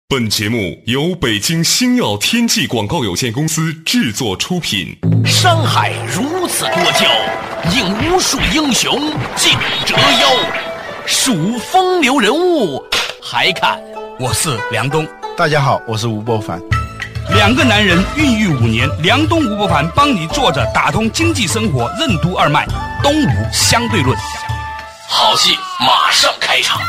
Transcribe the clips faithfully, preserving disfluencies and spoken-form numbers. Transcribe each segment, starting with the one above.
本节目由北京星耀天际广告有限公司制作出品。 山海如此多娇，引无数英雄竞折腰。数风流人物，还看我是梁东。 大家好，我是吴伯凡。 两个男人孕育五年，梁东、吴伯凡帮你坐着打通经济生活任督二脉，东吴相对论。 好戏马上开场。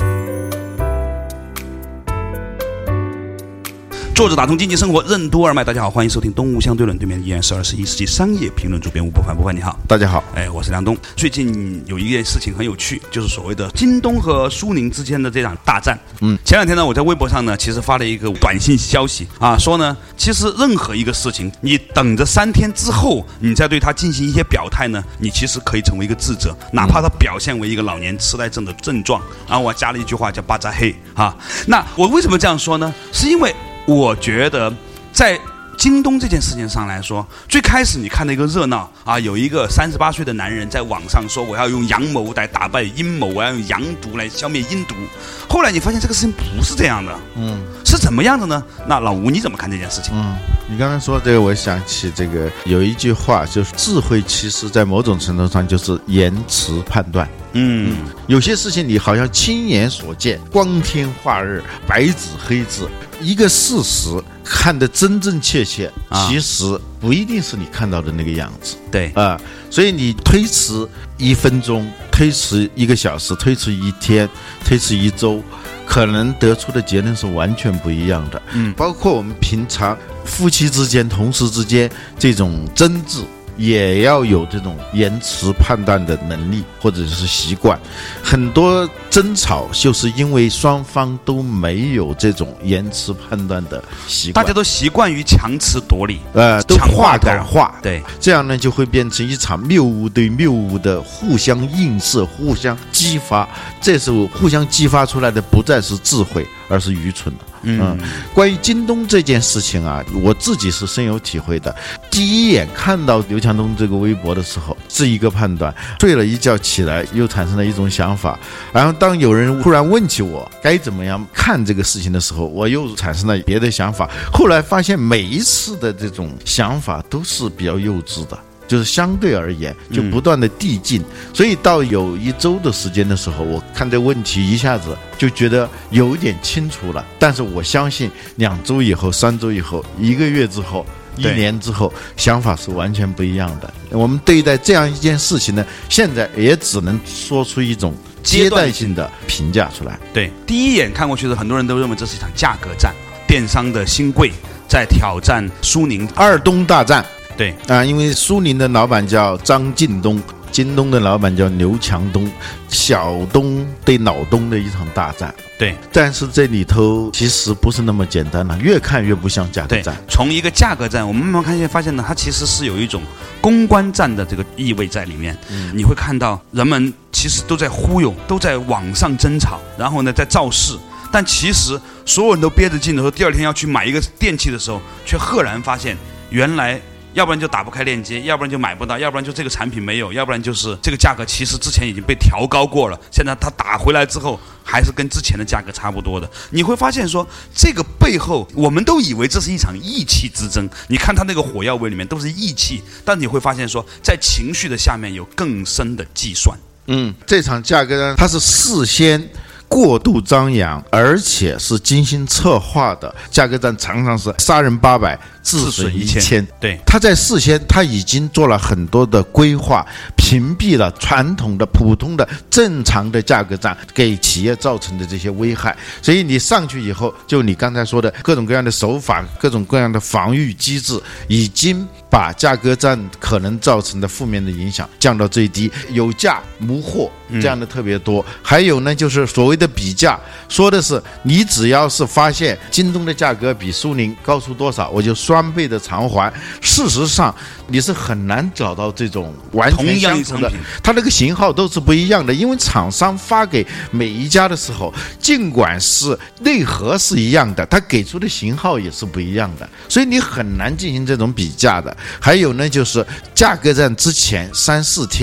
作者打通经济生活任督二脉，大家好，欢迎收听东吴相对论，对面依然是二十一世纪商业评论主编吴伯凡。伯凡你好。 大家好。 哎，我是梁东。最近有一件事情很有趣，就是所谓的京东和苏宁之间的这场大战。嗯，前两天呢，我在微博上呢，其实发了一个短信消息啊，说呢，其实任何一个事情，你等着三天之后，你再对它进行一些表态呢，你其实可以成为一个智者，哪怕它表现为一个老年痴呆症的症状。然后我加了一句话叫巴扎黑啊。那我为什么这样说呢？是因为我觉得在京东这件事情上来说，最开始你看到一个热闹啊，有一个三十八岁的男人在网上说我要用阳谋来打败阴谋，我要用阳毒来消灭阴毒。后来你发现这个事情不是这样的，嗯，是怎么样的呢？那老吴你怎么看这件事情？ 嗯，你刚才说这个，我想起这个有一句话，就是智慧其实在某种程度上就是延迟判断。嗯，有些事情你好像亲眼所见，光天化日，白纸黑字，一个事实看得真真切切，其实不一定是你看到的那个样子。 对啊、呃，所以你推迟一分钟，推迟一个小时，推迟一天，推迟一周，可能得出的结论是完全不一样的。嗯，包括我们平常夫妻之间、同事之间这种争执，也要有这种延迟判断的能力或者是习惯。很多争吵就是因为双方都没有这种延迟判断的习惯， 大家都习惯于强词夺理， 呃，都话赶话， 对， 这样呢就会变成一场谬误对谬误的互相映射、互相激发。这时候互相激发出来的不再是智慧，而是愚蠢了。嗯，关于京东这件事情啊，我自己是深有体会的。第一眼看到刘强东这个微博的时候，是一个判断，睡了一觉起来又产生了一种想法，然后当有人突然问起我该怎么样看这个事情的时候，我又产生了别的想法。后来发现每一次的这种想法都是比较幼稚的，就是相对而言就不断的递进、嗯、所以到有一周的时间的时候，我看这问题一下子就觉得有一点清楚了。但是我相信两周以后、三周以后、一个月之后、一年之后，想法是完全不一样的。我们对待这样一件事情呢，现在也只能说出一种阶段性的评价出来。 对，第一眼看过去的很多人都认为这是一场价格战，电商的新贵在挑战苏宁， 二东大战。 对啊，因为苏宁的老板叫张近东，京东的老板叫刘强东，小东对老东的一场大战。 对， 但是这里头其实不是那么简单了，越看越不像价格战。 从一个价格战，我们慢慢看现在发现呢，它其实是有一种公关战的这个意味在里面。嗯，你会看到人们其实都在忽悠，都在网上争吵，然后呢在造势。但其实所有人都憋着劲的时候，第二天要去买一个电器的时候，却赫然发现原来要不然就打不开链接，要不然就买不到，要不然就这个产品没有，要不然就是这个价格其实之前已经被调高过了，现在它打回来之后还是跟之前的价格差不多的。你会发现说这个背后我们都以为这是一场意气之争，你看它那个火药味里面都是意气，但你会发现说在情绪的下面有更深的计算。 嗯，这场价格呢，它是事先过度张扬，而且是精心策划的。价格战常常是杀人八百，自损一千。 对， 他在事先他已经做了很多的规划，屏蔽了传统的、普通的、正常的价格战给企业造成的这些危害。所以你上去以后，就你刚才说的各种各样的手法、各种各样的防御机制，已经把价格战可能造成的负面的影响降到最低，有价无货这样的特别多。嗯、还有呢，就是所谓的比价，说的是你只要是发现京东的价格比苏宁高出多少，我就双倍的偿还。事实上你是很难找到这种完全相同的，它那个型号都是不一样的，因为厂商发给每一家的时候，尽管是内核是一样的，它给出的型号也是不一样的，所以你很难进行这种比价的。还有呢，就是价格战之前三四天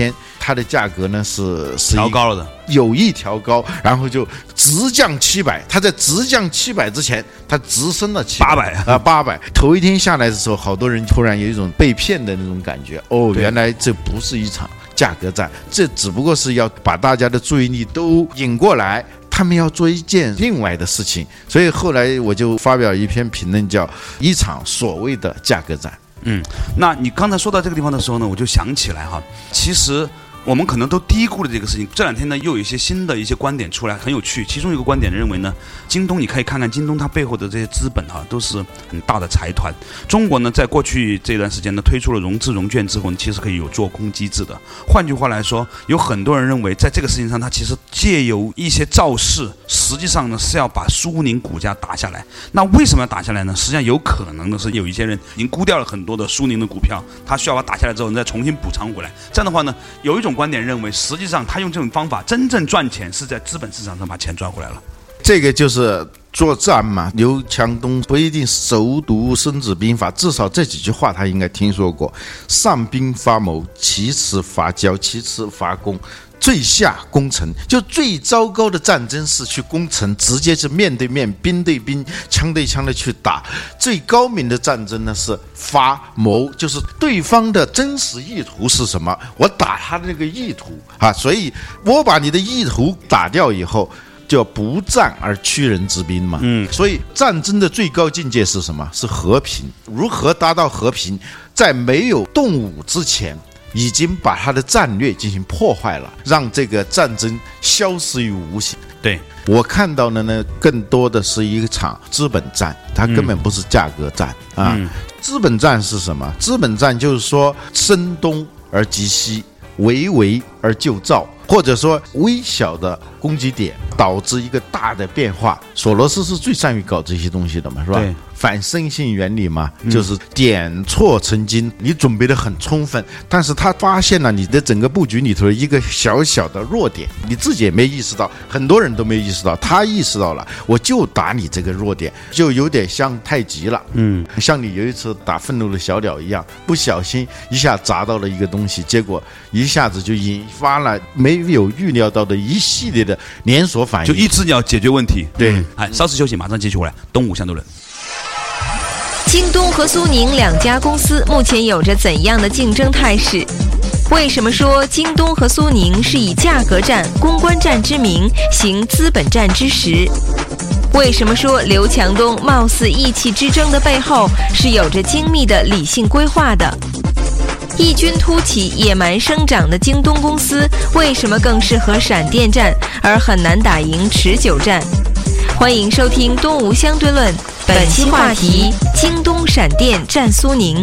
它的价格呢是调高了的， 有意调高，然后就直降七百。它在直降七百之前，它直升了七百八百啊，八百。头一天下来的时候，好多人突然有一种被骗的那种感觉。哦，原来这不是一场价格战，这只不过是要把大家的注意力都引过来。他们要做一件另外的事情，所以后来我就发表一篇评论，叫一场所谓的价格战。 嗯，那你刚才说到这个地方的时候呢，我就想起来哈，其实我们可能都低估了这个事情。这两天呢，又有一些新的一些观点出来，很有趣。其中一个观点认为呢，京东你可以看看京东它背后的这些资本哈，都是很大的财团。中国呢，在过去这段时间呢，推出了融资融券之后呢，其实可以有做空机制的。换句话来说，有很多人认为，在这个事情上，它其实借由一些造势，实际上呢是要把苏宁股价打下来。那为什么要打下来呢？实际上有可能的是，有一些人已经估掉了很多的苏宁的股票，他需要把它打下来之后，再重新补偿回来。这样的话呢，有一种观点认为，实际上他用这种方法真正赚钱是在资本市场上把钱赚回来了。 这个就是作战嘛。刘强东不一定熟读《孙子兵法》，至少这几句话他应该听说过：上兵伐谋，其次伐交，其次伐攻，最下攻城。就最糟糕的战争是去攻城，直接是面对面、兵对兵、枪对枪的去打。最高明的战争呢是伐谋，就是对方的真实意图是什么，我打他的那个意图啊。所以我把你的意图打掉以后，叫不战而屈人之兵嘛。嗯，所以战争的最高境界是什么？是和平。如何达到和平？在没有动武之前，已经把他的战略进行破坏了，让这个战争消失于无形。 对， 我看到的呢，更多的是一场资本战，它根本不是价格战、嗯、啊、嗯。资本战是什么？资本战就是说声东而击西，围围而就赵，或者说微小的攻击点导致一个大的变化。索罗斯是最善于搞这些东西的嘛，是吧？对，反身性原理嘛，就是点错成金。你准备的很充分，但是他发现了你的整个布局里头的一个小小的弱点，你自己也没意识到，很多人都没意识到，他意识到了，我就打你这个弱点，就有点像太极了。嗯，像你有一次打愤怒的小鸟一样，不小心一下砸到了一个东西，结果一下子就引发了没有预料到的一系列的连锁反应， 就一只鸟解决问题。 对， 哎，稍事休息，马上继续回来。东吴相对论。 京东和苏宁两家公司目前有着怎样的竞争态势？为什么说京东和苏宁是以价格战、公关战之名行资本战之实？为什么说刘强东貌似意气之争的背后是有着精密的理性规划的？异军突起、野蛮生长的京东公司为什么更适合闪电战，而很难打赢持久战？欢迎收听《东吴相对论》，本期话题：京东闪电战苏宁。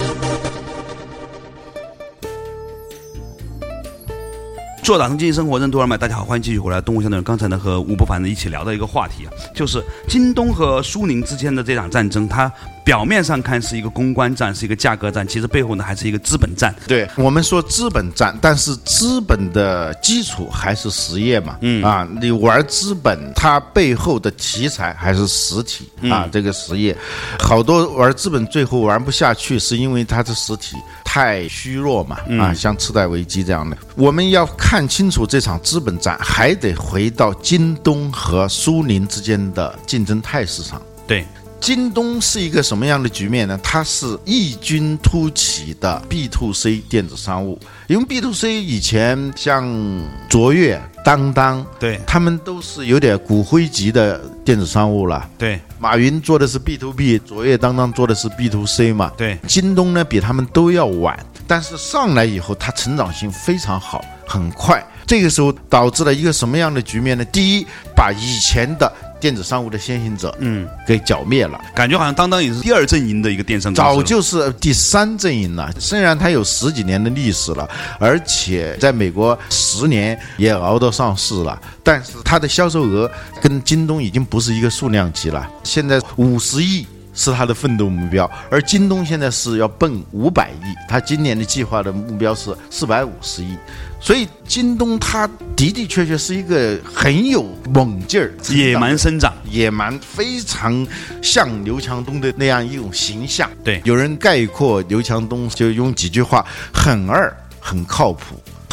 做打通经济生活，任督二脉。大家好，欢迎继续回来。东吴相对论，刚才呢和吴伯凡呢一起聊到一个话题啊，就是京东和苏宁之间的这场战争，它表面上看是一个公关战，是一个价格战，其实背后呢还是一个资本战。对， 我们说资本战，但是资本的基础还是实业嘛。嗯啊，你玩资本，它背后的题材还是实体、嗯、啊，这个实业，好多玩资本最后玩不下去，是因为它的实体太虚弱嘛。嗯、啊，像次贷危机这样的，我们要看清楚这场资本战，还得回到京东和苏宁之间的竞争态势上。 对。 京东是一个什么样的局面呢？它是异军突起的 B to C 电子商务。因为 B to C 以前像卓越、当当，对，他们都是有点骨灰级的电子商务了。对，马云做的是 B to B， 卓越、当当做的是 B to C 嘛。对，京东呢比他们都要晚，但是上来以后，它成长性非常好，很快。这个时候导致了一个什么样的局面呢？第一，把以前的电子商务的先行者，嗯，给剿灭了。 感觉好像当当也是第二阵营的一个电商公司， 早就是第三阵营了。虽然它有十几年的历史了，而且在美国十年也熬到上市了，但是它的销售额跟京东已经不是一个数量级了。现在五十亿是他的奋斗目标，而京东现在是要奔五百亿，他今年的计划的目标是四百五十亿。所以京东它的的确确是一个很有猛劲儿、 野蛮生长、 野蛮，非常像刘强东的那样一种形象。对，有人概括刘强东就用几句话：很二，很靠谱，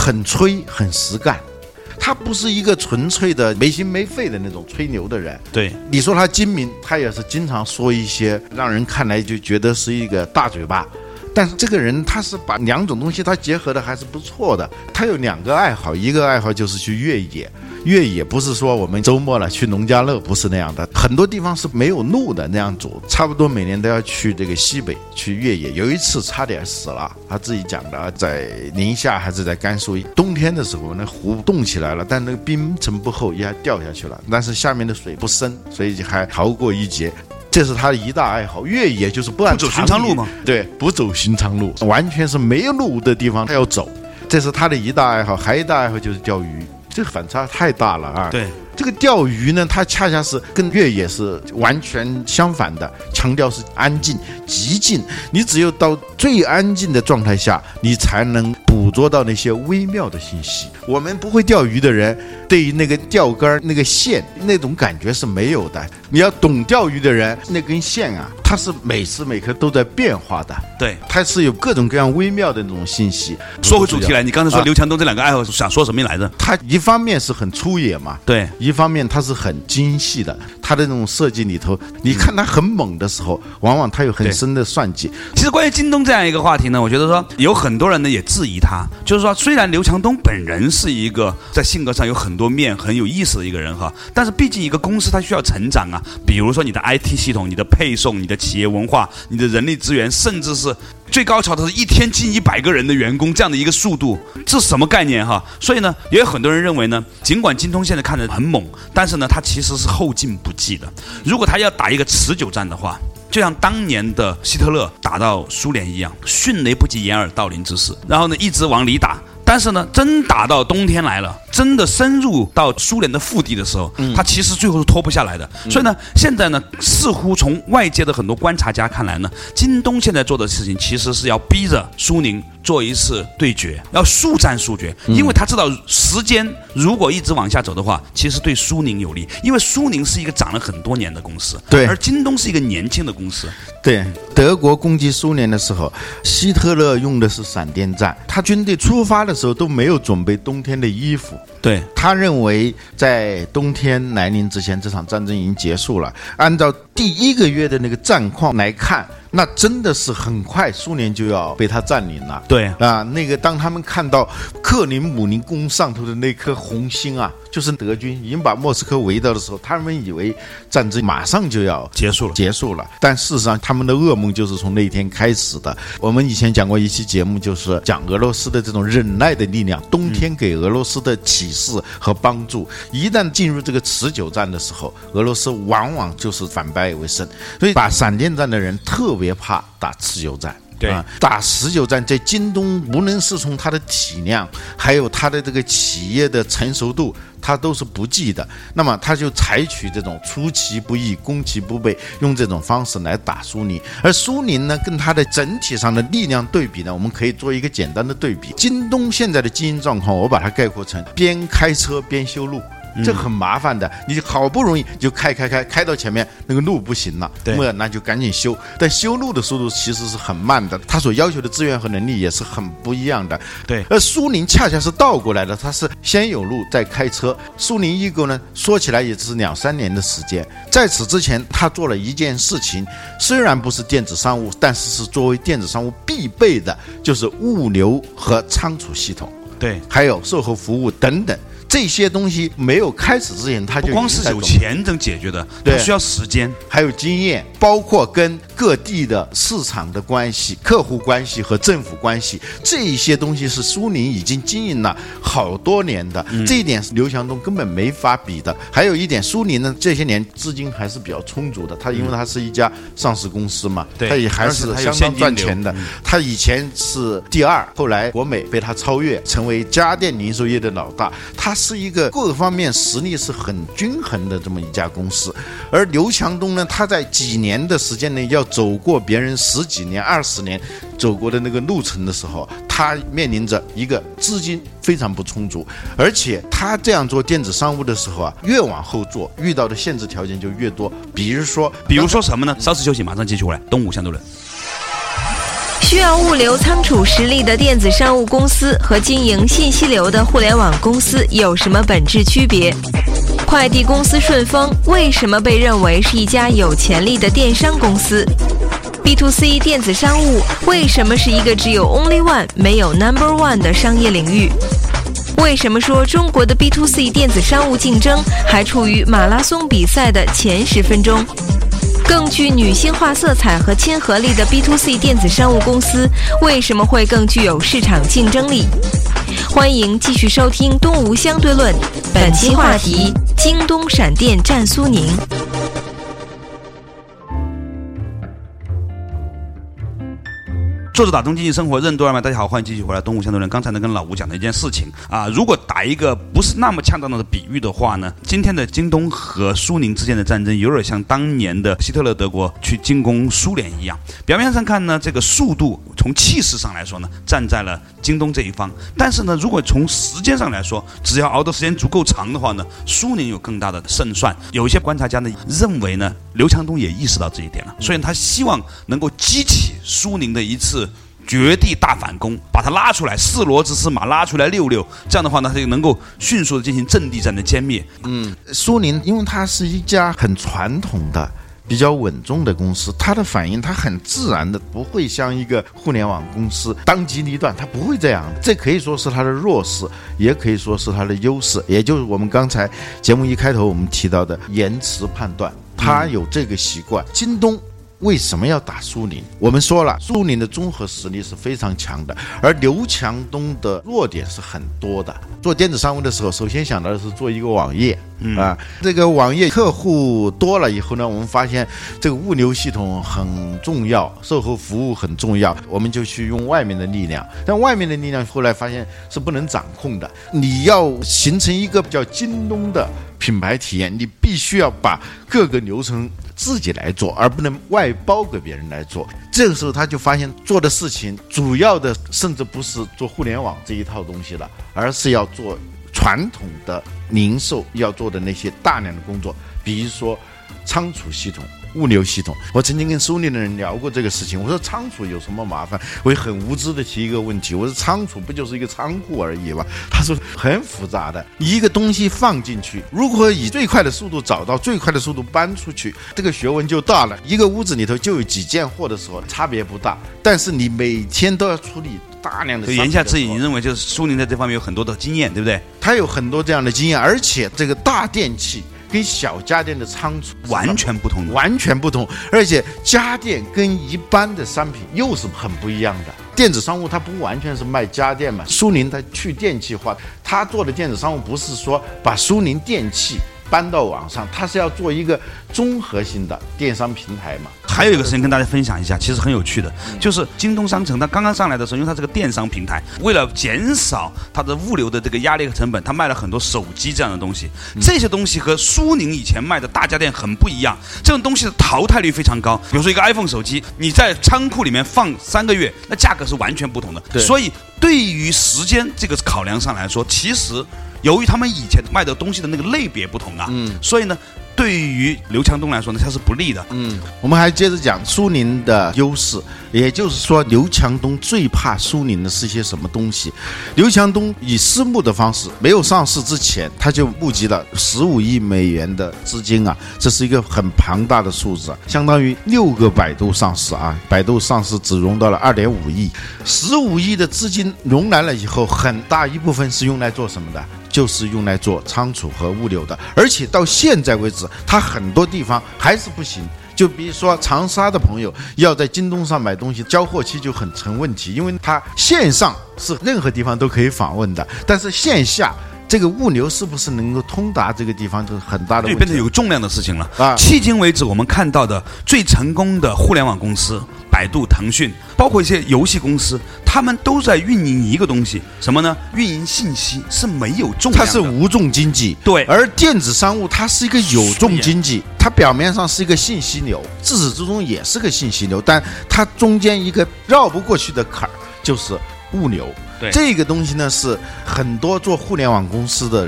很吹很实干。他不是一个纯粹的没心没肺的那种吹牛的人。 对， 你说他精明，他也是经常说一些让人看来就觉得是一个大嘴巴。但是这个人他是把两种东西他结合的还是不错的。他有两个爱好，一个爱好就是去越野。越野不是说我们周末了去农家乐，不是那样的，很多地方是没有路的那样走，差不多每年都要去这个西北去越野。有一次差点死了，他自己讲的，在宁夏还是在甘肃，冬天的时候那湖冻起来了，但那个冰层不厚，一下掉下去了，但是下面的水不深，所以还逃过一劫。这是他的一大爱好，越野就是不按不走寻常路吗？ 对，不走寻常路，完全是没有路的地方他要走，这是他的一大爱好。还有一大爱好就是钓鱼，这个反差太大了啊！ 对， 这个钓鱼呢，它恰恰是跟越野是完全相反的，强调是安静、极静。你只有到最安静的状态下，你才能捕捉到那些微妙的信息。我们不会钓鱼的人，对于那个钓竿、那个线那种感觉是没有的。你要懂钓鱼的人，那根线啊，它是每时每刻都在变化的。 对， 它是有各种各样微妙的那种信息。 说回主题来，你刚才说啊刘强东这两个爱好想说什么来着？ 它一方面是很粗野嘛， 对， 一方面它是很精细的，它的那种设计里头，你看它很猛的时候，往往它有很深的算计。 其实关于京东这样一个话题呢，我觉得说有很多人呢也质疑他，就是说虽然刘强东本人是一个在性格上有很多面很有意思的一个人哈，但是毕竟一个公司它需要成长啊，比如说你的 I T 系统、你的配送、你的企业文化、你的人力资源，甚至是最高潮的是一天近一百个人的员工这样的一个速度，这是什么概念哈？所以呢，也有很多人认为呢，尽管京东现在看着很猛，但是呢，它其实是后劲不继的。如果它要打一个持久战的话，就像当年的希特勒打到苏联一样，迅雷不及掩耳盗铃之势，然后呢一直往里打。但是呢，真打到冬天来了，真的深入到苏联的腹地的时候，嗯、它其实最后是拖不下来的。嗯、所以呢，现在呢，似乎从外界的很多观察家看来呢，京东现在做的事情其实是要逼着苏宁做一次对决，要速战速决，嗯、因为他知道时间如果一直往下走的话，其实对苏宁有利，因为苏宁是一个涨了很多年的公司， 对， 而京东是一个年轻的公司。 对，德国攻击苏联的时候，希特勒用的是闪电战，他军队出发的时候都没有准备冬天的衣服。 对， 他认为在冬天来临之前，这场战争已经结束了。按照第一个月的那个战况来看，那真的是很快苏联就要被他占领了。 对啊，那个当他们看到克林姆林宫上头的那颗红星啊，就是德军已经把莫斯科围到的时候，他们以为战争马上就要结束了， 结束了。但事实上，他们的噩梦就是从那一天开始的。我们以前讲过一期节目，就是讲俄罗斯的这种忍耐的力量，冬天给俄罗斯的启示和帮助。一旦进入这个持久战的时候，俄罗斯往往就是反败为胜。所以打闪电战的人特别怕打持久战。 对、 啊，打持久战在京东，无论是从它的体量，还有它的这个企业的成熟度，它都是不济的。那么它就采取这种出其不意、攻其不备，用这种方式来打苏宁。而苏宁呢，跟它的整体上的力量对比呢，我们可以做一个简单的对比。京东现在的经营状况，我把它概括成边开车边修路。这很麻烦的，你好不容易就开开开开到前面那个路不行了， 对， 那就赶紧修。但修路的速度其实是很慢的，它所要求的资源和能力也是很不一样的。 对， 而苏宁恰恰是倒过来的，它是先有路再开车。苏宁易购呢，说起来也只是两三年的时间，在此之前，他做了一件事情，虽然不是电子商务，但是是作为电子商务必备的，就是物流和仓储系统， 对， 还有售后服务等等。这些东西没有开始之前，它就不光是有钱能解决的，它需要时间， 还有经验，包括跟各地的市场的关系、客户关系和政府关系，这一些东西是苏宁已经经营了好多年的，嗯、这一点是刘强东根本没法比的。还有一点，苏宁呢这些年资金还是比较充足的，它因为它是一家上市公司嘛， 嗯、 它也还是相当赚钱的。它以前是第二，后来国美被它超越，成为家电零售业的老大。它是一个各方面实力是很均衡的这么一家公司。而刘强东呢，他在几年的时间内要走过别人十几年、二十年走过的那个路程的时候，他面临着一个资金非常不充足，而且他这样做电子商务的时候啊，越往后做遇到的限制条件就越多。比如说， 比如说什么呢？稍事休息，马上继续回来。东吴相对论。 需要物流仓储实力的电子商务公司和经营信息流的互联网公司有什么本质区别？快递公司顺丰为什么被认为是一家有潜力的电商公司？ B to C 电子商务为什么是一个只有 Only One 没有 Number One 的商业领域？为什么说中国的 B to C 电子商务竞争还处于马拉松比赛的前十分钟？更具女性化色彩和亲和力的 B to C 电子商务公司为什么会更具有市场竞争力？欢迎继续收听《东吴相对论》，本期话题：京东闪电战苏宁。 作者打通经济生活任督二脉，大家好，欢迎继续回来东吴相对论。刚才呢跟老吴讲的一件事情啊，如果打一个不是那么恰当的比喻的话呢，今天的京东和苏宁之间的战争有点像当年的希特勒德国去进攻苏联一样。表面上看呢，这个速度从气势上来说呢，站在了京东这一方，但是呢，如果从时间上来说，只要熬的时间足够长的话呢，苏宁有更大的胜算。有一些观察家呢认为呢，刘强东也意识到这一点了，所以他希望能够激起苏宁的一次绝地大反攻，把它拉出来，四骡子司马拉出来溜溜，这样的话呢，它就能够迅速的进行阵地战的歼灭。 嗯，苏宁因为它是一家很传统的、比较稳重的公司，它的反应它很自然的，不会像一个互联网公司当机立断，它不会这样。这可以说是它的弱势，也可以说是它的优势，也就是我们刚才节目一开头我们提到的延迟判断，它有这个习惯。京东为什么要打苏宁？我们说了，苏宁的综合实力是非常强的，而刘强东的弱点是很多的。做电子商务的时候，首先想到的是做一个网页，嗯、啊，这个网页客户多了以后呢，我们发现这个物流系统很重要，售后服务很重要，我们就去用外面的力量。但外面的力量后来发现是不能掌控的，你要形成一个叫京东的品牌体验，你必须要把各个流程自己来做，而不能外包给别人来做。这个时候他就发现做的事情主要的甚至不是做互联网这一套东西了，而是要做传统的零售要做的那些大量的工作，比如说仓储系统、物流系统。我曾经跟苏宁的人聊过这个事情，我说仓储有什么麻烦？我也很无知的提一个问题，我说仓储不就是一个仓库而已吗？他说很复杂的，一个东西放进去，如何以最快的速度找到，最快的速度搬出去，这个学问就大了。一个屋子里头就有几件货的时候差别不大，但是你每天都要处理大量的。 言下之意，你认为就是苏宁在这方面有很多的经验，对不对？ 他有很多这样的经验，而且这个大电器跟小家电的仓储完全不同的， 完全不同，而且家电跟一般的商品又是很不一样的。电子商务它不完全是卖家电嘛，苏宁它去电气化，它做的电子商务不是说把苏宁电器搬到网上，它是要做一个综合性的电商平台嘛。 还有一个事情跟大家分享一下，其实很有趣的，就是京东商城它刚刚上来的时候，因为它是个电商平台，为了减少它的物流的这个压力和成本，它卖了很多手机这样的东西。这些东西和苏宁以前卖的大家电很不一样，这种东西的淘汰率非常高。比如说一个 iPhone 手机，你在仓库里面放三个月，那价格是完全不同的。所以对于时间这个考量上来说，其实由于他们以前卖的东西的那个类别不同啊，嗯，所以呢，对于刘强东来说呢，它是不利的。 嗯，我们还接着讲苏宁的优势，也就是说，刘强东最怕苏宁的是些什么东西？刘强东以私募的方式，没有上市之前，他就募集了十五亿美元的资金啊，这是一个很庞大的数字，相当于六个百度上市啊，百度上市只融到了二点五亿，十五亿的资金融来了以后，很大一部分是用来做什么的？就是用来做仓储和物流的，而且到现在为止，它很多地方还是不行。就比如说长沙的朋友要在京东上买东西，交货期就很成问题，因为它线上是任何地方都可以访问的，但是线下这个物流是不是能够通达这个地方，这是很大的问题， 变成有重量的事情了啊！迄今为止，我们看到的最成功的互联网公司，百度、腾讯，包括一些游戏公司，他们都在运营一个东西，什么呢？运营信息是没有重量的， 它是无重经济。 对， 而电子商务它是一个有重经济，它表面上是一个信息流，自始至终也是个信息流，但它中间一个绕不过去的坎儿就是物流。这个东西呢，是很多做互联网公司的人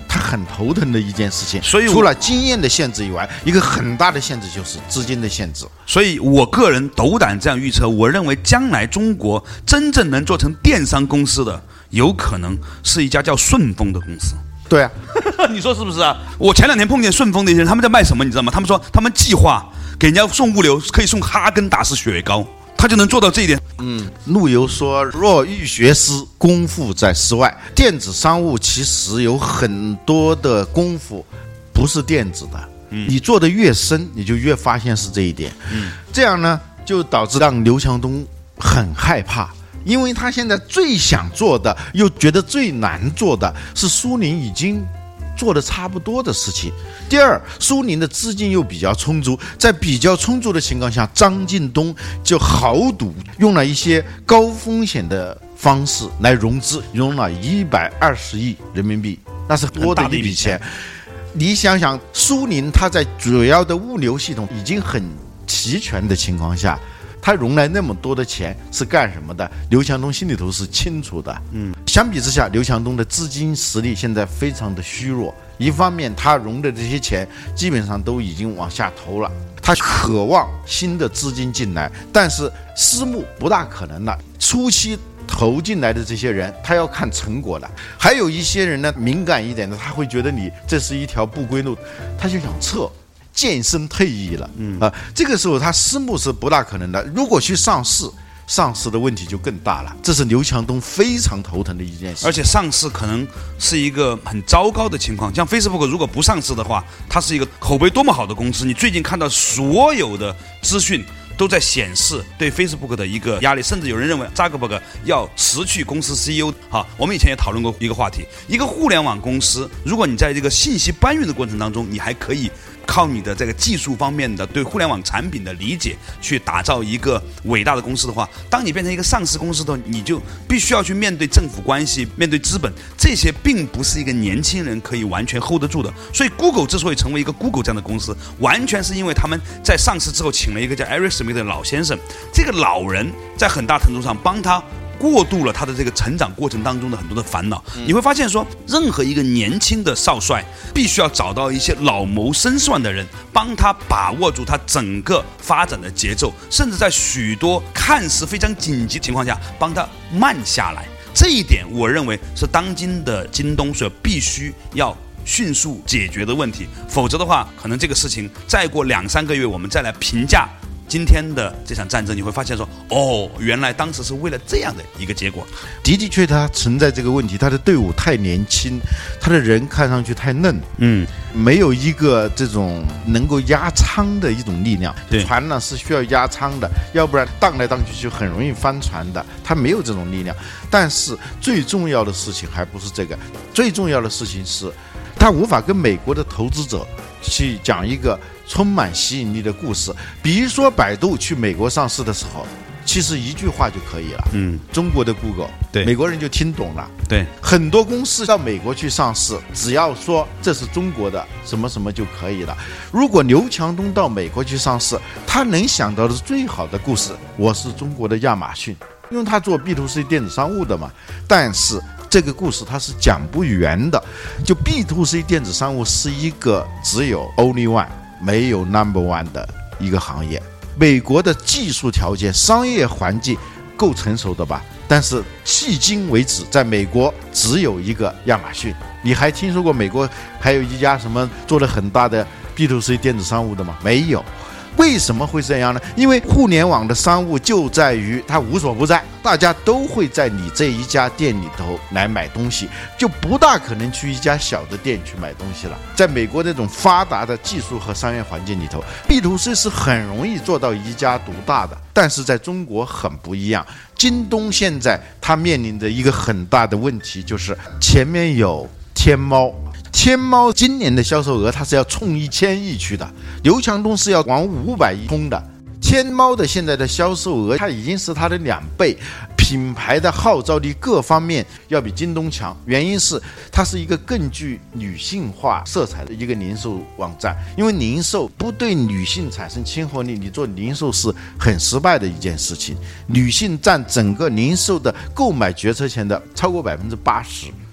他很头疼的一件事情。 所以除了经验的限制以外，一个很大的限制就是资金的限制。 所以我个人斗胆这样预测，我认为将来中国真正能做成电商公司的，有可能是一家叫顺丰的公司。 对啊， 你说是不是啊？我前两天碰见顺丰的一些人，他们在卖什么，你知道吗？他们说他们计划给人家送物流，可以送哈根达斯雪糕，他就能做到这一点。 嗯，陆游说：“若欲学诗，功夫在诗外。”电子商务其实有很多的功夫不是电子的，嗯，你做的越深，你就越发现是这一点。嗯，这样呢，就导致让刘强东很害怕。因为他现在最想做的，又觉得最难做的是苏宁已经做的差不多的事情。第二，苏宁的资金又比较充足，在比较充足的情况下，张近东就豪赌，用了一些高风险的方式来融资，融了一百二十亿人民币，那是多的一笔钱。你想想，苏宁它在主要的物流系统已经很齐全的情况下，他融来那么多的钱是干什么的？刘强东心里头是清楚的。嗯，相比之下，刘强东的资金实力现在非常的虚弱。一方面，他融的这些钱基本上都已经往下投了，他渴望新的资金进来，但是私募不大可能了。初期投进来的这些人，他要看成果的。还有一些人呢，敏感一点的，他会觉得你这是一条不归路，他就想撤。健身退役了，嗯啊，这个时候他私募是不大可能的。如果去上市，上市的问题就更大了，这是刘强东非常头疼的一件事。 而且上市可能是一个很糟糕的情况，像 Facebook 如果不上市的话，它是一个口碑多么好的公司。你最近看到所有的资讯都在显示对 Facebook 的一个压力，甚至有人认为扎克伯格要辞去公司 C E O。 好，我们以前也讨论过一个话题，一个互联网公司，如果你在这个信息搬运的过程当中，你还可以靠你的这个技术方面的对互联网产品的理解去打造一个伟大的公司的话，当你变成一个上市公司的，你就必须要去面对政府关系，面对资本，这些并不是一个年轻人可以完全 hold 得住的。所以 Google 之所以成为一个 Google 这样的公司，完全是因为他们在上市之后请了一个叫 Eric Schmidt 的老先生，这个老人在很大程度上帮他过渡了他的这个成长过程当中的很多的烦恼。你会发现说，任何一个年轻的少帅必须要找到一些老谋深算的人，帮他把握住他整个发展的节奏，甚至在许多看似非常紧急的情况下帮他慢下来。这一点我认为是当今的京东所必须要迅速解决的问题，否则的话，可能这个事情再过两三个月我们再来评价今天的这场战争，你会发现说，哦，原来当时是为了这样的一个结果。 的的确他存在这个问题，他的队伍太年轻，他的人看上去太嫩，嗯，没有一个这种能够压舱的一种力量。船呢是需要压舱的，要不然荡来荡去就很容易翻船的，他没有这种力量。但是最重要的事情还不是这个，最重要的事情是他无法跟美国的投资者去讲一个充满吸引力的故事。比如说百度去美国上市的时候，其实一句话就可以了，嗯，中国的 Google， 对，美国人就听懂了。对，很多公司到美国去上市，只要说这是中国的什么什么就可以了。如果刘强东到美国去上市，他能想到的最好的故事，我是中国的亚马逊，因为他做 B to C 电子商务的嘛。但是这个故事它是讲不圆的，就 B to C 电子商务是一个只有 only one 没有 number one 的一个行业。美国的技术条件、商业环境够成熟的吧？但是迄今为止，在美国只有一个亚马逊。你还听说过美国还有一家什么做了很大的 B to C 电子商务的吗？没有。为什么会这样呢？因为互联网的商务就在于它无所不在，大家都会在你这一家店里头来买东西，就不大可能去一家小的店去买东西了。在美国这种发达的技术和商业环境里头， B to C 是很容易做到一家独大的，但是在中国很不一样。京东现在它面临的一个很大的问题就是前面有天猫，天猫今年的销售额它是要冲一千亿去的，刘强东是要往五百亿冲的。天猫的现在的销售额它已经是它的两倍，品牌的号召力各方面要比京东强，原因是它是一个更具女性化色彩的一个零售网站。因为零售不对女性产生亲和力，你做零售是很失败的一件事情。女性占整个零售的购买决策权的超过百分之八十。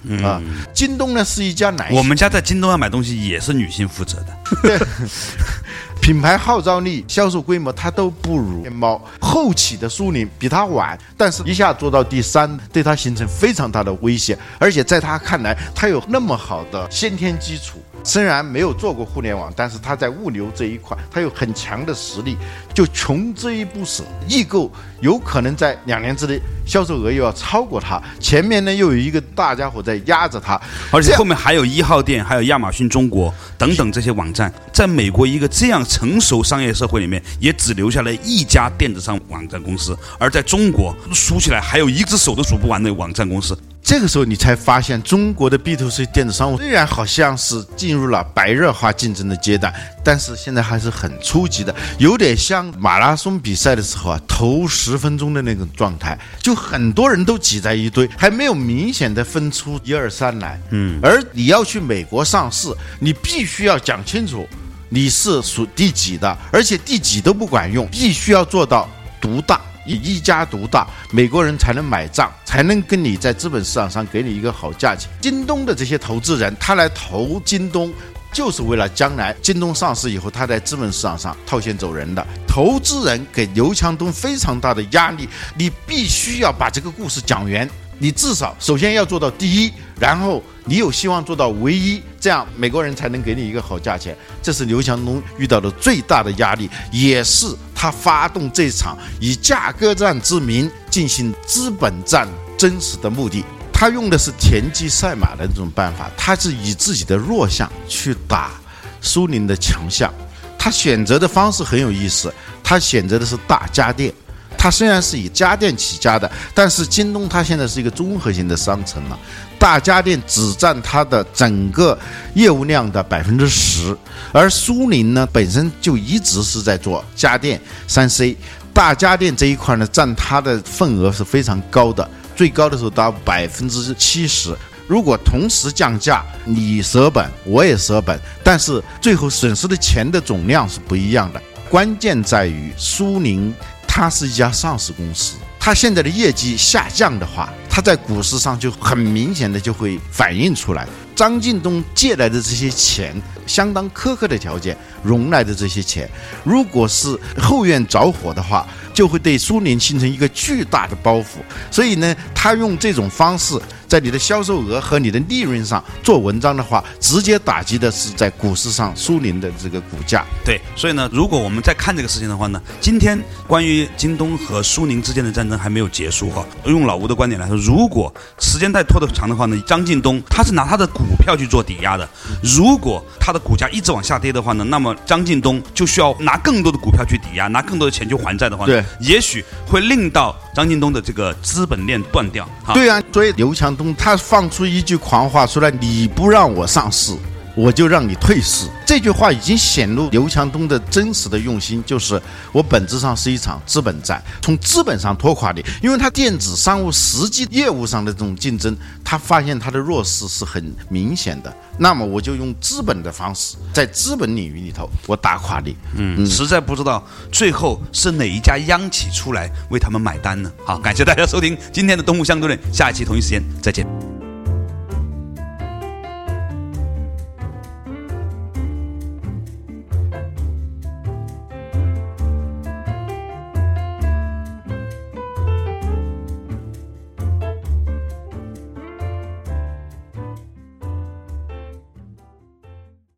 嗯、 啊。京东呢是一家男性， 我们家在京东上买东西也是女性负责的。 对，品牌号召力、销售规模它都不如天猫。后起的苏宁比它晚，但是一下做到第三，对它形成非常大的威胁。而且在他看来，他有那么好的先天基础，虽然没有做过互联网，但是他在物流这一块，他有很强的实力，就穷追不舍。易购有可能在两年之内销售额又要超过它，前面呢又有一个大家伙在压着它， 而且后面还有一号店，还有亚马逊中国等等这些网站。在美国一个这样成熟商业社会里面，也只留下了一家电子商网站公司，而在中国数起来还有一只手都数不完的网站公司。 这个时候你才发现，中国的 B to C 电子商务虽然好像是进入了白热化竞争的阶段，但是现在还是很初级的，有点像马拉松比赛的时候啊，头十分钟的那种状态，就很多人都挤在一堆，还没有明显的分出一二三来。嗯，而你要去美国上市，你必须要讲清楚你是属第几的，而且第几都不管用，必须要做到独大。以一家独大，美国人才能买账，才能跟你在资本市场上给你一个好价钱。京东的这些投资人，他来投京东，就是为了将来京东上市以后，他在资本市场上套现走人的。投资人给刘强东非常大的压力，你必须要把这个故事讲圆。你至少首先要做到第一，然后你有希望做到唯一，这样美国人才能给你一个好价钱。这是刘强东遇到的最大的压力，也是他发动这场以价格战之名进行资本战真实的目的。他用的是田忌赛马的这种办法，他是以自己的弱项去打苏宁的强项。他选择的方式很有意思，他选择的是大家电。它虽然是以家电起家的，但是京东它现在是一个综合型的商城了，大家电只占它的整个业务量的百分之十，而苏宁呢本身就一直是在做家电三 C， 大家电这一块呢占它的份额是非常高的，最高的时候达百分之七十。如果同时降价，你舍本我也舍本，但是最后损失的钱的总量是不一样的。关键在于苏宁它是一家上市公司，它现在的业绩下降的话，它在股市上就很明显的就会反映出来。张近东借来的这些钱，相当苛刻的条件融来的这些钱，如果是后院着火的话，就会对苏宁形成一个巨大的包袱。所以呢，他用这种方式在你的销售额和你的利润上做文章的话，直接打击的是在股市上苏宁的这个股价。 对，所以呢，如果我们在看这个事情的话呢，今天关于京东和苏宁之间的战争还没有结束哈。用老吴的观点来说，如果时间太拖得长的话呢，张近东他是拿他的股票去做抵押的，如果他的股价一直往下跌的话呢，那么张近东就需要拿更多的股票去抵押，拿更多的钱去还债的话呢， 对， 也许会令到张近东的这个资本链断掉。 对啊，所以刘强东他放出一句狂话出来，你不让我上市，我就让你退市。这句话已经显露刘强东的真实的用心，就是我本质上是一场资本战，从资本上拖垮你。因为他电子商务实际业务上的这种竞争，他发现他的弱势是很明显的，那么我就用资本的方式，在资本领域里头我打垮你。 嗯，嗯实在不知道最后是哪一家央企出来为他们买单呢？好，感谢大家收听今天的东吴相对论，下一期同一时间再见。